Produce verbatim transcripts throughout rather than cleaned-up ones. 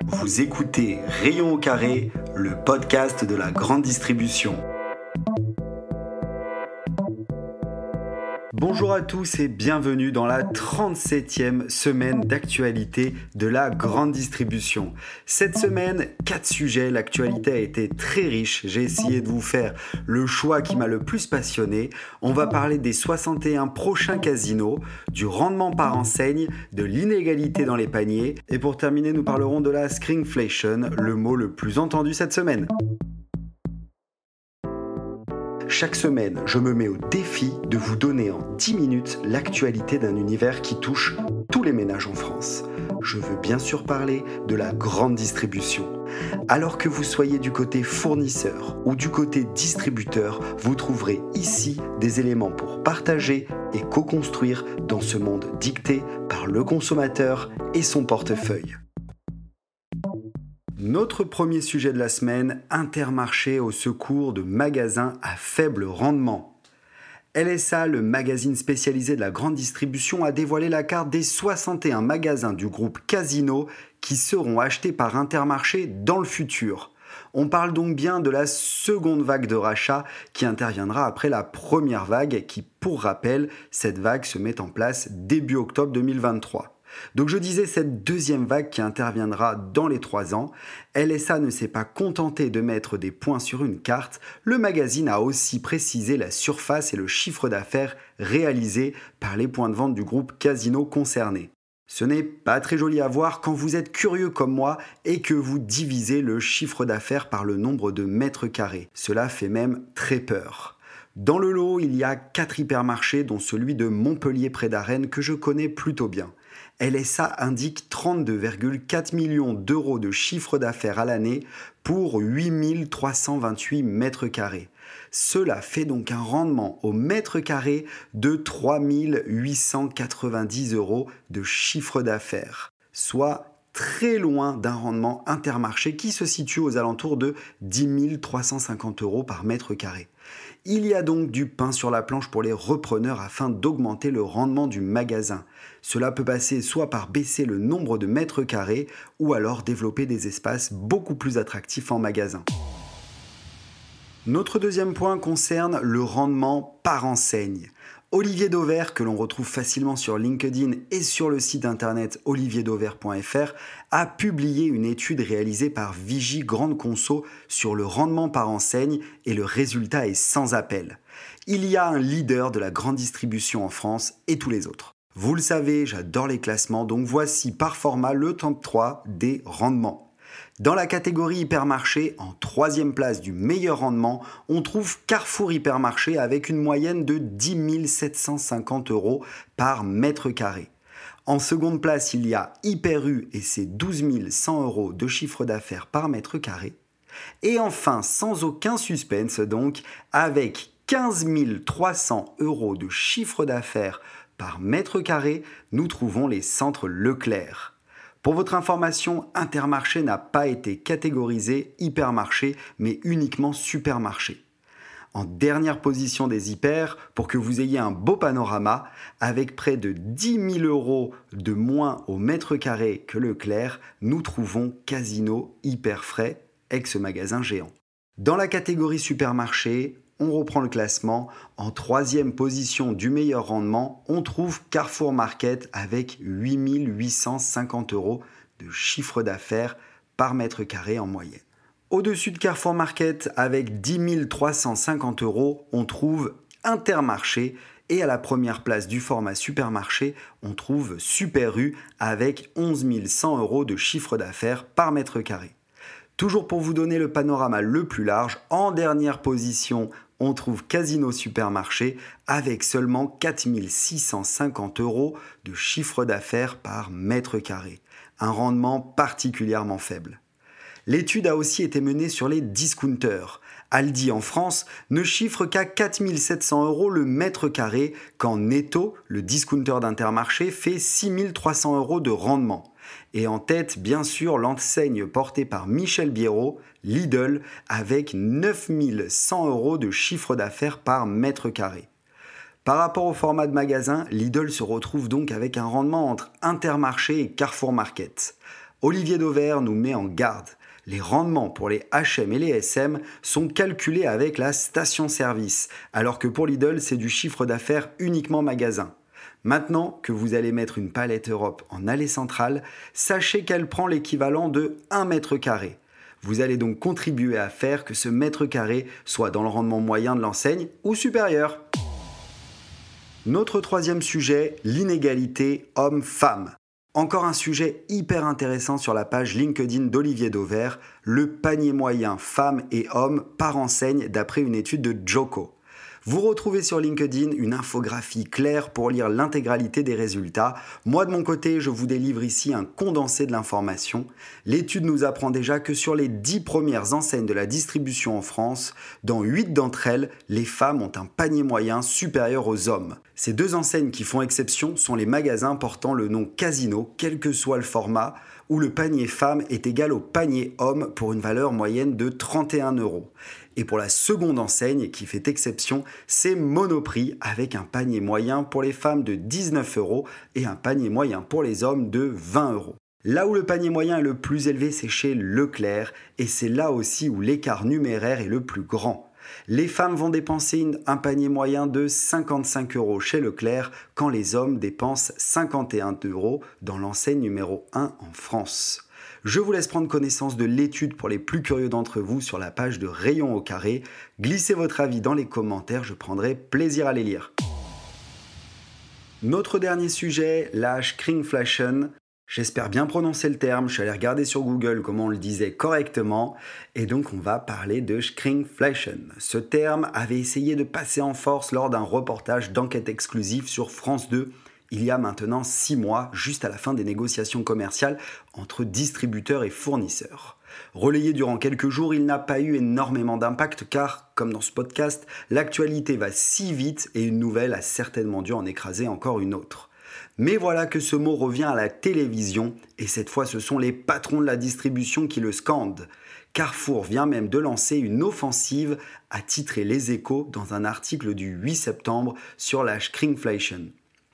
Vous écoutez Rayon au carré, le podcast de la grande distribution. Bonjour à tous et bienvenue dans la trente-septième semaine d'actualité de la grande distribution. Cette semaine, quatre sujets, l'actualité a été très riche, j'ai essayé de vous faire le choix qui m'a le plus passionné. On va parler des soixante et un prochains casinos, du rendement par enseigne, de l'inégalité dans les paniers et pour terminer, nous parlerons de la screenflation, le mot le plus entendu cette semaine. Chaque semaine, je me mets au défi de vous donner en dix minutes l'actualité d'un univers qui touche tous les ménages en France. Je veux bien sûr parler de la grande distribution. Alors que vous soyez du côté fournisseur ou du côté distributeur, vous trouverez ici des éléments pour partager et co-construire dans ce monde dicté par le consommateur et son portefeuille. Notre premier sujet de la semaine, Intermarché au secours de magasins à faible rendement. L S A, le magazine spécialisé de la grande distribution, a dévoilé la carte des soixante et un magasins du groupe Casino qui seront achetés par Intermarché dans le futur. On parle donc bien de la seconde vague de rachat qui interviendra après la première vague qui, pour rappel, cette vague se met en place début octobre deux mille vingt-trois. Donc je disais cette deuxième vague qui interviendra dans les trois ans. L S A ne s'est pas contenté de mettre des points sur une carte, le magazine a aussi précisé la surface et le chiffre d'affaires réalisés par les points de vente du groupe Casino concerné. Ce n'est pas très joli à voir quand vous êtes curieux comme moi et que vous divisez le chiffre d'affaires par le nombre de mètres carrés. Cela fait même très peur. Dans le lot, il y a quatre hypermarchés dont celui de Montpellier près d'Arène que je connais plutôt bien. L S A indique trente-deux virgule quatre millions d'euros de chiffre d'affaires à l'année pour huit mille trois cent vingt-huit mètres carrés. Cela fait donc un rendement au mètre carré de trois mille huit cent quatre-vingt-dix euros de chiffre d'affaires, soit très loin d'un rendement Intermarché qui se situe aux alentours de dix mille trois cent cinquante euros par mètre carré. Il y a donc du pain sur la planche pour les repreneurs afin d'augmenter le rendement du magasin. Cela peut passer soit par baisser le nombre de mètres carrés ou alors développer des espaces beaucoup plus attractifs en magasin. Notre deuxième point concerne le rendement par enseigne. Olivier Dauvert, que l'on retrouve facilement sur LinkedIn et sur le site internet olivier dauvert point f r, a publié une étude réalisée par Vigie Grande Conso sur le rendement par enseigne et le résultat est sans appel. Il y a un leader de la grande distribution en France et tous les autres. Vous le savez, j'adore les classements, donc voici par format le top trois des rendements. Dans la catégorie hypermarché, en troisième place du meilleur rendement, on trouve Carrefour Hypermarché avec une moyenne de dix mille sept cent cinquante euros par mètre carré. En seconde place, il y a Hyper U et ses douze mille cent euros de chiffre d'affaires par mètre carré. Et enfin, sans aucun suspense donc, avec quinze mille trois cents euros de chiffre d'affaires par mètre carré, nous trouvons les centres Leclerc. Pour votre information, Intermarché n'a pas été catégorisé hypermarché, mais uniquement supermarché. En dernière position des hyper, pour que vous ayez un beau panorama, avec près de dix mille euros de moins au mètre carré que Leclerc, nous trouvons Casino Hyper Frais, ex-magasin géant. Dans la catégorie supermarché, on reprend le classement. En troisième position du meilleur rendement, on trouve Carrefour Market avec huit mille huit cent cinquante euros de chiffre d'affaires par mètre carré en moyenne. Au-dessus de Carrefour Market, avec dix mille trois cent cinquante euros, on trouve Intermarché. Et à la première place du format supermarché, on trouve Super U avec onze mille cent euros de chiffre d'affaires par mètre carré. Toujours pour vous donner le panorama le plus large, en dernière position, on trouve Casino Supermarché avec seulement quatre mille six cent cinquante euros de chiffre d'affaires par mètre carré. Un rendement particulièrement faible. L'étude a aussi été menée sur les discounters. Aldi en France ne chiffre qu'à quatre mille sept cents euros le mètre carré quand Netto, le discounter d'Intermarché, fait six mille trois cents euros de rendement. Et en tête, bien sûr, l'enseigne portée par Michel Biérot, Lidl, avec neuf mille cent euros de chiffre d'affaires par mètre carré. Par rapport au format de magasin, Lidl se retrouve donc avec un rendement entre Intermarché et Carrefour Market. Olivier Dauvert nous met en garde. Les rendements pour les H et M et les S M sont calculés avec la station-service, alors que pour Lidl, c'est du chiffre d'affaires uniquement magasin. Maintenant que vous allez mettre une palette Europe en allée centrale, sachez qu'elle prend l'équivalent de un mètre carré. Vous allez donc contribuer à faire que ce mètre carré soit dans le rendement moyen de l'enseigne ou supérieur. Notre troisième sujet, l'inégalité homme-femme. Encore un sujet hyper intéressant sur la page LinkedIn d'Olivier Dauvert, le panier moyen femmes et hommes par enseigne d'après une étude de Joko. Vous retrouvez sur LinkedIn une infographie claire pour lire l'intégralité des résultats. Moi de mon côté, je vous délivre ici un condensé de l'information. L'étude nous apprend déjà que sur les dix premières enseignes de la distribution en France, dans huit d'entre elles, les femmes ont un panier moyen supérieur aux hommes. Ces deux enseignes qui font exception sont les magasins portant le nom Casino, quel que soit le format, où le panier femme est égal au panier homme pour une valeur moyenne de trente et un euros. Et pour la seconde enseigne qui fait exception, c'est Monoprix avec un panier moyen pour les femmes de dix-neuf euros et un panier moyen pour les hommes de vingt euros. Là où le panier moyen est le plus élevé, c'est chez Leclerc et c'est là aussi où l'écart numéraire est le plus grand. Les femmes vont dépenser un panier moyen de cinquante-cinq euros chez Leclerc quand les hommes dépensent cinquante et un euros dans l'enseigne numéro un en France. Je vous laisse prendre connaissance de l'étude pour les plus curieux d'entre vous sur la page de Rayon au carré. Glissez votre avis dans les commentaires, je prendrai plaisir à les lire. Notre dernier sujet, la Shrinkflation. J'espère bien prononcer le terme, je suis allé regarder sur Google comment on le disait correctement, et donc on va parler de Shrinkflation. Ce terme avait essayé de passer en force lors d'un reportage d'enquête exclusive sur France deux, il y a maintenant six mois, juste à la fin des négociations commerciales entre distributeurs et fournisseurs. Relayé durant quelques jours, il n'a pas eu énormément d'impact car, comme dans ce podcast, l'actualité va si vite et une nouvelle a certainement dû en écraser encore une autre. Mais voilà que ce mot revient à la télévision et cette fois ce sont les patrons de la distribution qui le scandent. Carrefour vient même de lancer une offensive, a titré Les Échos dans un article du huit septembre sur la Shrinkflation.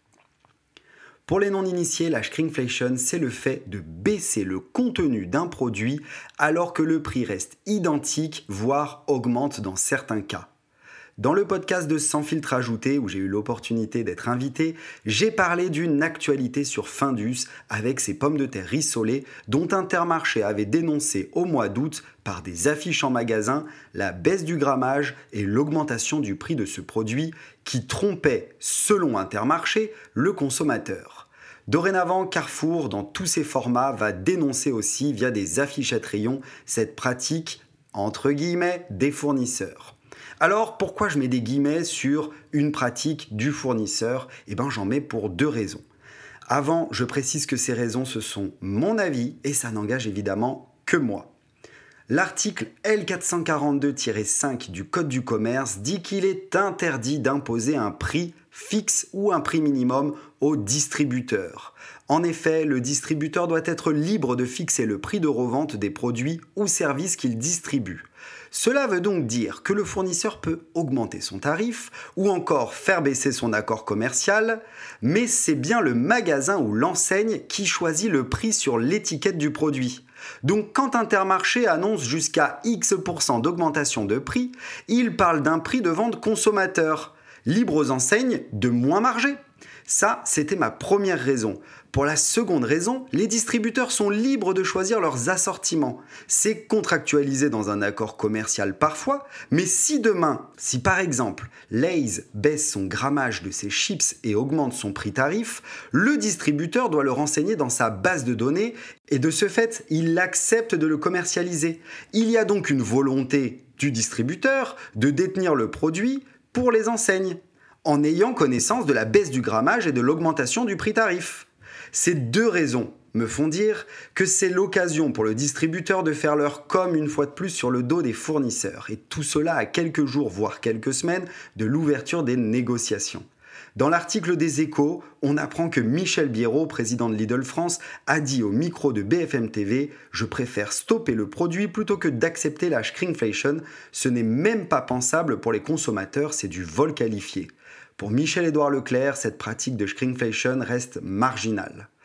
Pour les non-initiés, la Shrinkflation, c'est le fait de baisser le contenu d'un produit alors que le prix reste identique, voire augmente dans certains cas. Dans le podcast de Sans filtre ajouté, où j'ai eu l'opportunité d'être invité, j'ai parlé d'une actualité sur Findus avec ses pommes de terre rissolées dont Intermarché avait dénoncé au mois d'août par des affiches en magasin la baisse du grammage et l'augmentation du prix de ce produit qui trompait, selon Intermarché, le consommateur. Dorénavant, Carrefour, dans tous ses formats, va dénoncer aussi via des affichettes rayons cette pratique, entre guillemets, des fournisseurs. Alors, pourquoi je mets des guillemets sur une pratique du fournisseur ? Eh bien, j'en mets pour deux raisons. Avant, je précise que ces raisons, ce sont mon avis et ça n'engage évidemment que moi. L'article L quatre cent quarante-deux tiret cinq du Code du commerce dit qu'il est interdit d'imposer un prix fixe ou un prix minimum au distributeur. En effet, le distributeur doit être libre de fixer le prix de revente des produits ou services qu'il distribue. Cela veut donc dire que le fournisseur peut augmenter son tarif ou encore faire baisser son accord commercial, mais c'est bien le magasin ou l'enseigne qui choisit le prix sur l'étiquette du produit. Donc quand Intermarché annonce jusqu'à X pour cent d'augmentation de prix, il parle d'un prix de vente consommateur, libre aux enseignes de moins marger. Ça, c'était ma première raison. Pour la seconde raison, les distributeurs sont libres de choisir leurs assortiments. C'est contractualisé dans un accord commercial parfois, mais si demain, si par exemple, Lay's baisse son grammage de ses chips et augmente son prix tarif, le distributeur doit le renseigner dans sa base de données et de ce fait, il accepte de le commercialiser. Il y a donc une volonté du distributeur de détenir le produit pour les enseignes, en ayant connaissance de la baisse du grammage et de l'augmentation du prix tarif. Ces deux raisons me font dire que c'est l'occasion pour le distributeur de faire leur com une fois de plus sur le dos des fournisseurs, et tout cela à quelques jours, voire quelques semaines, de l'ouverture des négociations. Dans l'article des Échos, on apprend que Michel Biérot, président de Lidl France, a dit au micro de B F M T V « Je préfère stopper le produit plutôt que d'accepter la Shrinkflation. Ce n'est même pas pensable pour les consommateurs, c'est du vol qualifié. » Pour Michel-Édouard Leclerc, cette pratique de Shrinkflation reste marginale.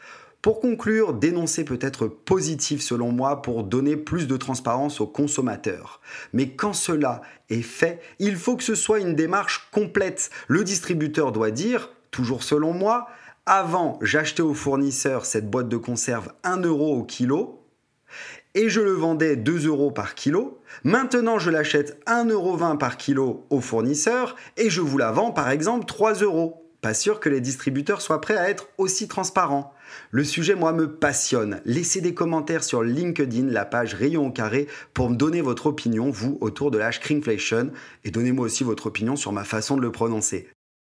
Pour conclure, dénoncer peut être positif selon moi pour donner plus de transparence aux consommateurs. Mais quand cela est fait, il faut que ce soit une démarche complète. Le distributeur doit dire, toujours selon moi, avant j'achetais au fournisseur cette boîte de conserve un euro au kilo et je le vendais deux euros par kilo. Maintenant je l'achète un euro vingt par kilo au fournisseur et je vous la vends par exemple trois euros. Pas sûr que les distributeurs soient prêts à être aussi transparents. Le sujet, moi, me passionne. Laissez des commentaires sur LinkedIn, la page Rayon au carré, pour me donner votre opinion, vous, autour de la shrinkflation, et donnez-moi aussi votre opinion sur ma façon de le prononcer.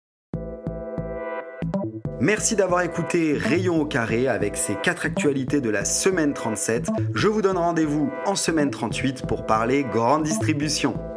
Merci d'avoir écouté Rayon au carré avec ces quatre actualités de la semaine trente-sept. Je vous donne rendez-vous en semaine trente-huit pour parler grande distribution.